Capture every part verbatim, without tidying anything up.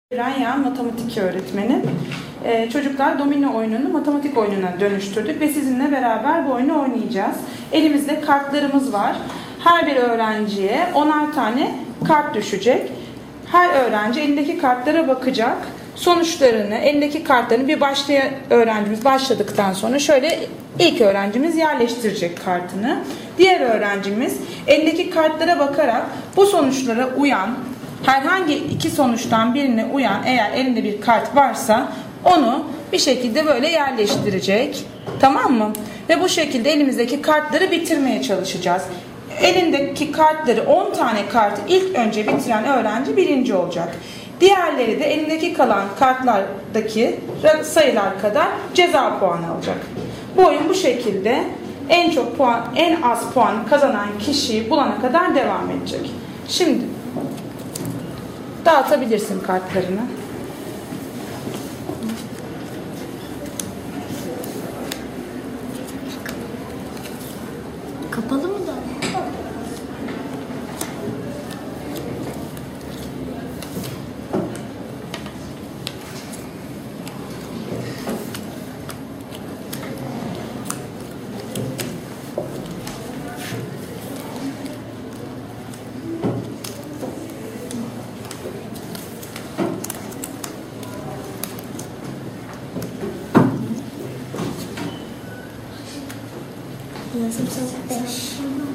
Ranya matematik öğretmeni. Ee, çocuklar domino oyununu matematik oyununa dönüştürdük ve sizinle beraber bu oyunu oynayacağız. Elimizde kartlarımız var. Her bir öğrenciye onar tane kart düşecek. Her öğrenci elindeki kartlara bakacak. Sonuçlarını, elindeki kartlarını bir başlayan öğrencimiz başladıktan sonra şöyle ilk öğrencimiz yerleştirecek kartını. Diğer öğrencimiz elindeki kartlara bakarak bu sonuçlara uyan, herhangi iki sonuçtan birine uyan eğer elinde bir kart varsa onu bir şekilde böyle yerleştirecek. Tamam mı? Ve bu şekilde elimizdeki kartları bitirmeye çalışacağız. Elindeki kartları on tane kartı ilk önce bitiren öğrenci birinci olacak. Diğerleri de elindeki kalan kartlardaki sayılar kadar ceza puanı alacak. Bu oyun bu şekilde en çok puan, en az puan kazanan kişiyi bulana kadar devam edecek. Şimdi dağıtabilirsin kartlarını. Kapalı mı da? Yazım saat beş.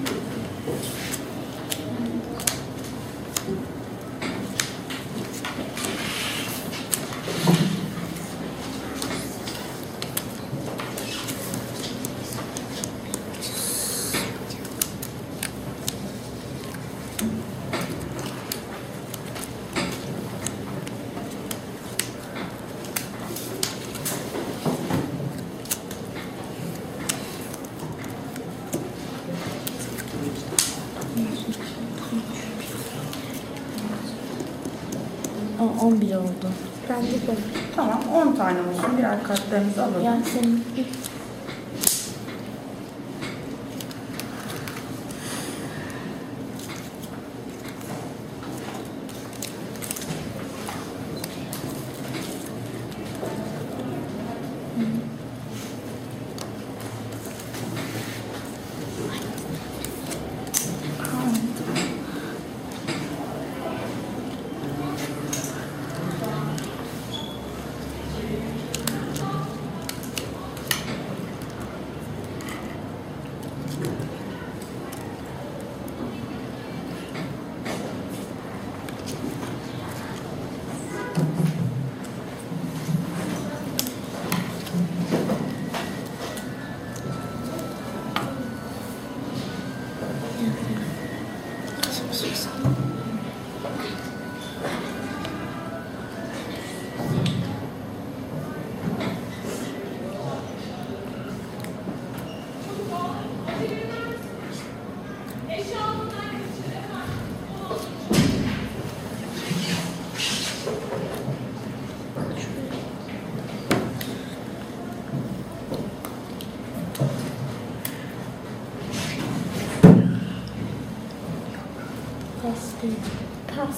on bir oldu. Bence de. Tamam, on tane olsun. Birer kartlarımızı alalım. Yasemin. Pas.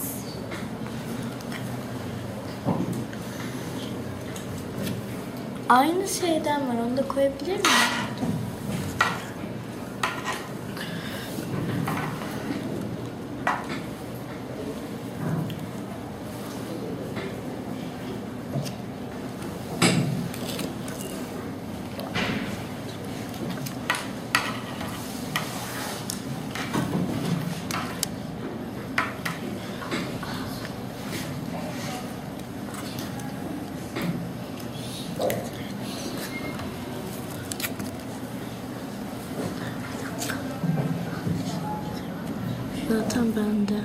Aynı şeyden var. Onu da koyabilir miyim? Zaten bende.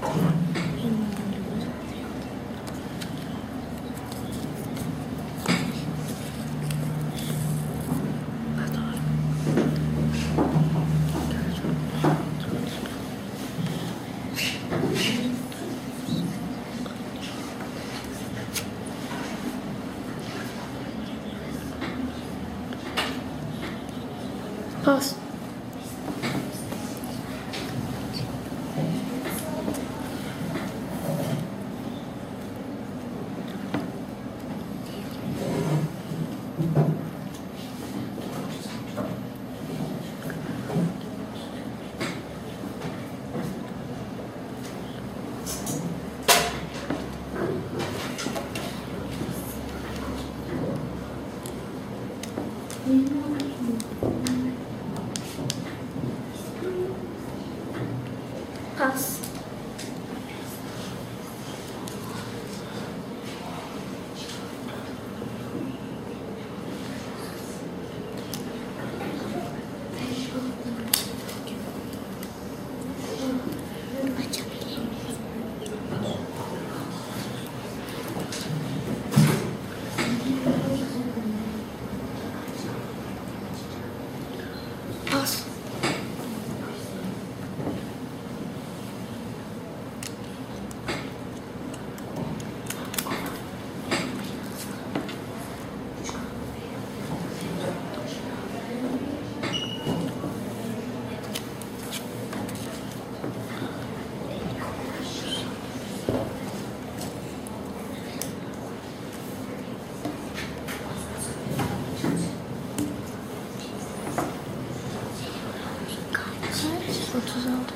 Pas.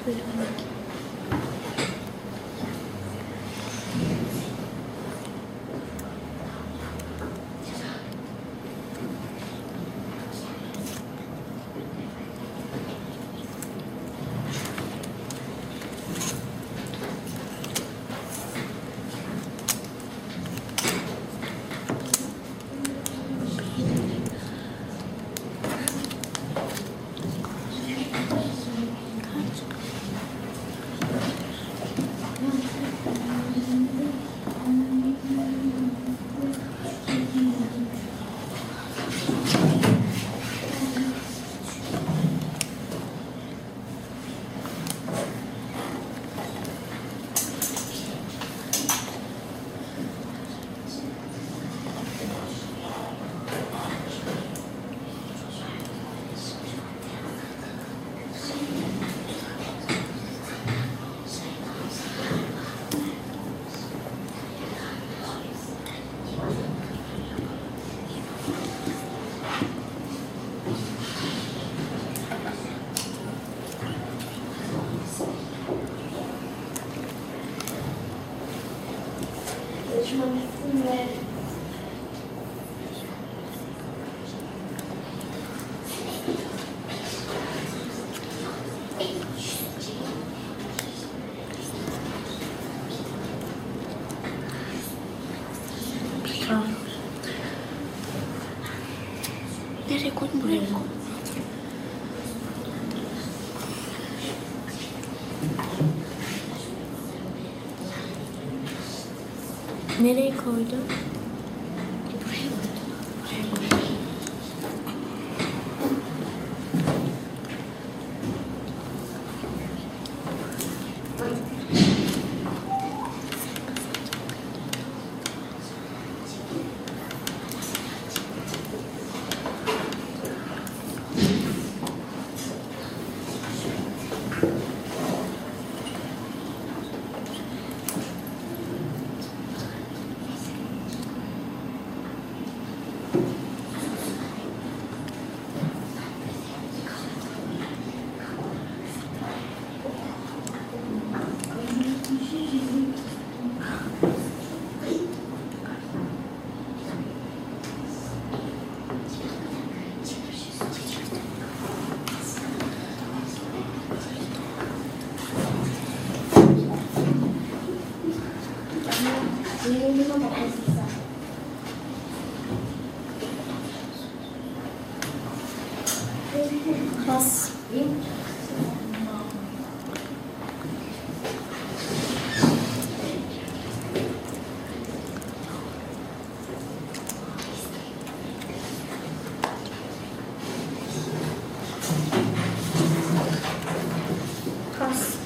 Nereye koydun? Buraya mı koydun? Nereye koydun? Buraya mı? Buraya koydum. Pas. Pas.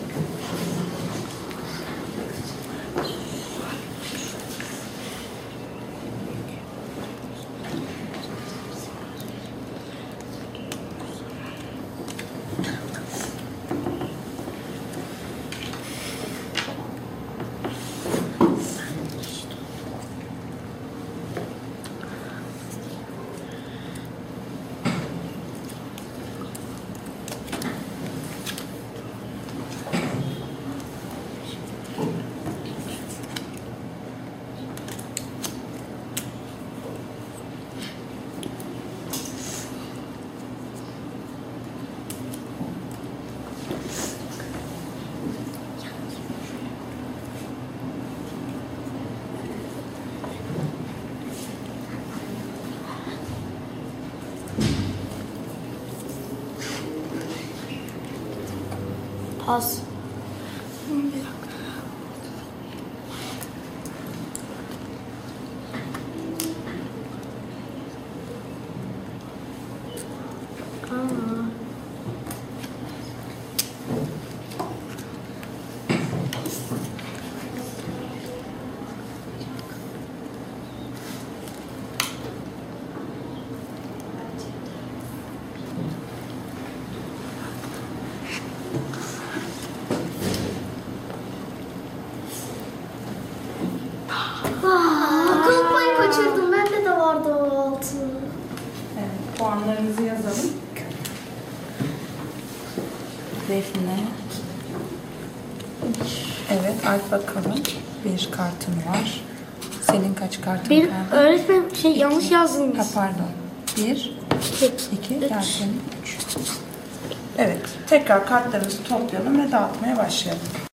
Pas. Bir dakika. Aa. Kolpayı kaçırdım. Bende de vardı o altı. Evet, puanlarımızı yazalım. Defne Evet, Alp bakalım. Bir kartın var. Senin kaç kartın Bir kaldı? öğretmen şey yanlış Ha, yazdınız. pardon. Bir, İki. iki, Üç. Yasemin üç. Evet, tekrar kartlarımızı toplayalım ve dağıtmaya başlayalım.